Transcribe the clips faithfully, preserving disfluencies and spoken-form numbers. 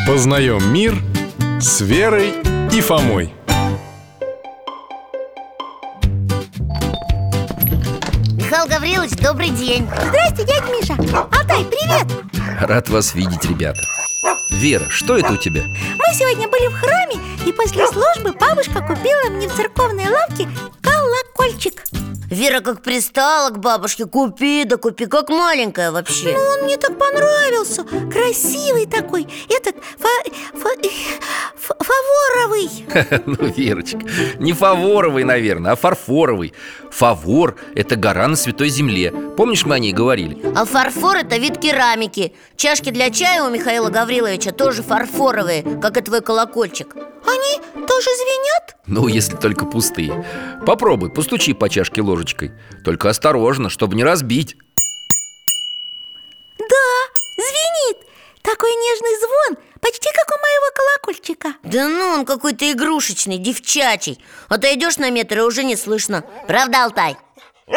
Познаем мир с Верой и Фомой. Михаил Гаврилович, добрый день. Здрасте, дядя Миша. Алтай, привет. Рад вас видеть, ребята. Вера, что это у тебя? Мы сегодня были в храме, и после службы бабушка купила мне в церковной лавке колокольчик. Вера как пристала к бабушке: купи, да купи, как маленькая вообще. Ну, он мне так понравился. Красивый такой. Этот, фа, фа, фа, фаворовый. Ну, Верочка, не фаворовый, наверное, а фарфоровый. Фавор – это гора на Святой Земле. Помнишь, мы о ней говорили? А фарфор – это вид керамики. Чашки для чая у Михаила Гавриловича тоже фарфоровые, как и твой колокольчик. Они тоже звенят? Ну, если только пустые. Попробуй, постучи по чашке ложечкой. Только осторожно, чтобы не разбить. Да, звенит. Такой нежный звон, почти как у моего колокольчика. Да ну, он какой-то игрушечный, девчачий. Отойдешь на метр, и уже не слышно. Правда, Алтай? И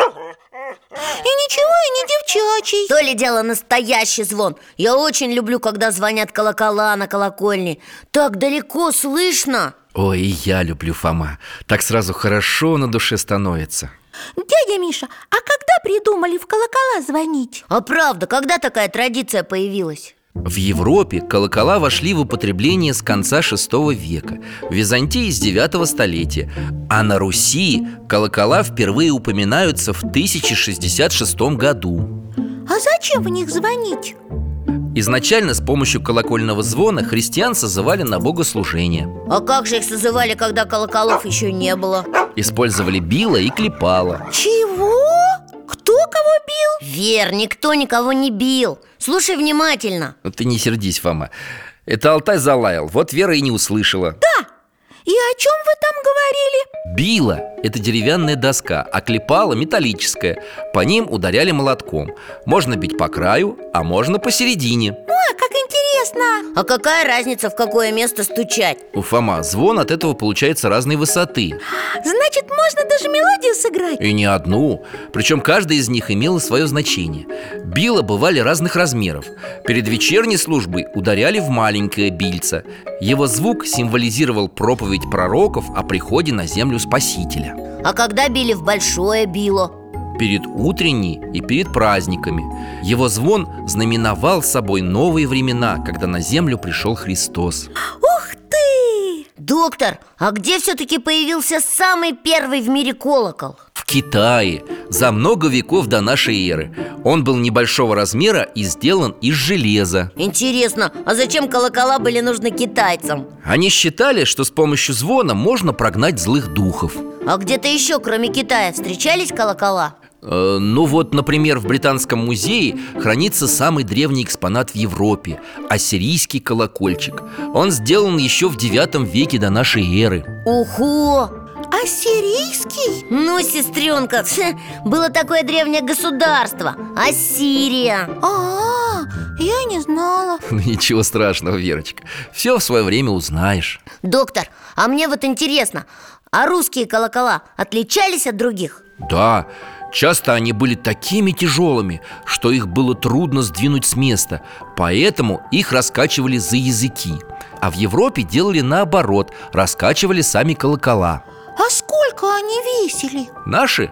ничего, и не девчачий. То ли дело настоящий звон. Я очень люблю, когда звонят колокола на колокольне. Так далеко слышно. Ой, и я люблю, Фома. Так сразу хорошо на душе становится. Дядя Миша, а когда придумали в колокола звонить? А правда, когда такая традиция появилась? В Европе колокола вошли в употребление с конца шестого века, в Византии с девятого столетия, а на Руси колокола впервые упоминаются в тысяча шестьдесят шестом году. А зачем в них звонить? Изначально с помощью колокольного звона христиан созывали на богослужение. А как же их созывали, когда колоколов еще не было? Использовали било и клепало. Чего? Кто кого бил? Вер, никто никого не бил. Слушай внимательно. Ну, ты не сердись, Фома. Это Алтай залаял, вот Вера и не услышала. Да! И о чем вы там говорили? Било – это деревянная доска, а клепало – металлическая. По ним ударяли молотком. Можно бить по краю, а можно посередине. О, как интересно! А какая разница, в какое место стучать? У Фома звон от этого получается разной высоты. Значит, можно даже мелодию сыграть? И не одну. Причем каждая из них имела свое значение. Била бывали разных размеров. Перед вечерней службой ударяли в маленькое бильце. Его звук символизировал проповедь пророков о приходе на землю Спасителя. А когда били в большое било? Перед утренней и перед праздниками. Его звон знаменовал собой новые времена, когда на землю пришел Христос. Ух ты! Доктор, а где все-таки появился самый первый в мире колокол? В Китае, за много веков до нашей эры. Он был небольшого размера и сделан из железа. Интересно, а зачем колокола были нужны китайцам? Они считали, что с помощью звона можно прогнать злых духов. А где-то еще, кроме Китая, встречались колокола? Э, ну вот, например, в Британском музее хранится самый древний экспонат в Европе – ассирийский колокольчик. Он сделан еще в девятом веке до нашей эры. Ого! Ассирийский? Ну, сестренка, было такое древнее государство – Ассирия. А, я не знала. Ну, ничего страшного, Верочка. Все в свое время узнаешь. Доктор, а мне вот интересно, а русские колокола отличались от других? Да, часто они были такими тяжелыми, что их было трудно сдвинуть с места. Поэтому их раскачивали за языки. А в Европе делали наоборот, раскачивали сами колокола. А сколько они весили? Наши?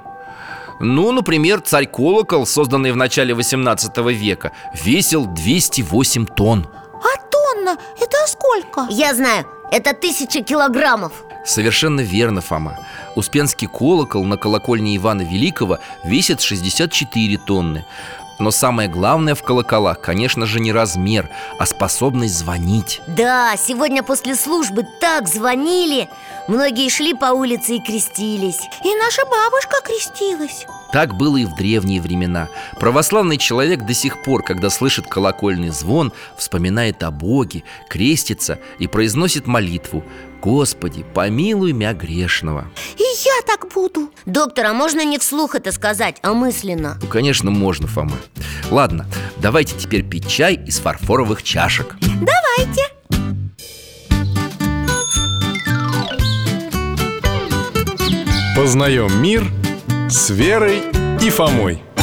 Ну, например, царь-колокол, созданный в начале восемнадцатого века, весил двести восемь тонн. А тонна – это сколько? Я знаю, это тысяча килограммов. Совершенно верно, Фома. Успенский колокол на колокольне Ивана Великого весит шестьдесят четыре тонны. Но самое главное в колоколах, конечно же, не размер, а способность звонить. Да, сегодня после службы так звонили. Многие шли по улице и крестились. И наша бабушка крестилась. Так было и в древние времена. Православный человек до сих пор, когда слышит колокольный звон, вспоминает о Боге, крестится и произносит молитву: «Господи, помилуй мя грешного». И я так буду. Доктор, а можно не вслух это сказать, а мысленно? Ну, конечно, можно, Фома. Ладно, давайте теперь пить чай из фарфоровых чашек. Давайте. Познаем мир с Верой и Фомой.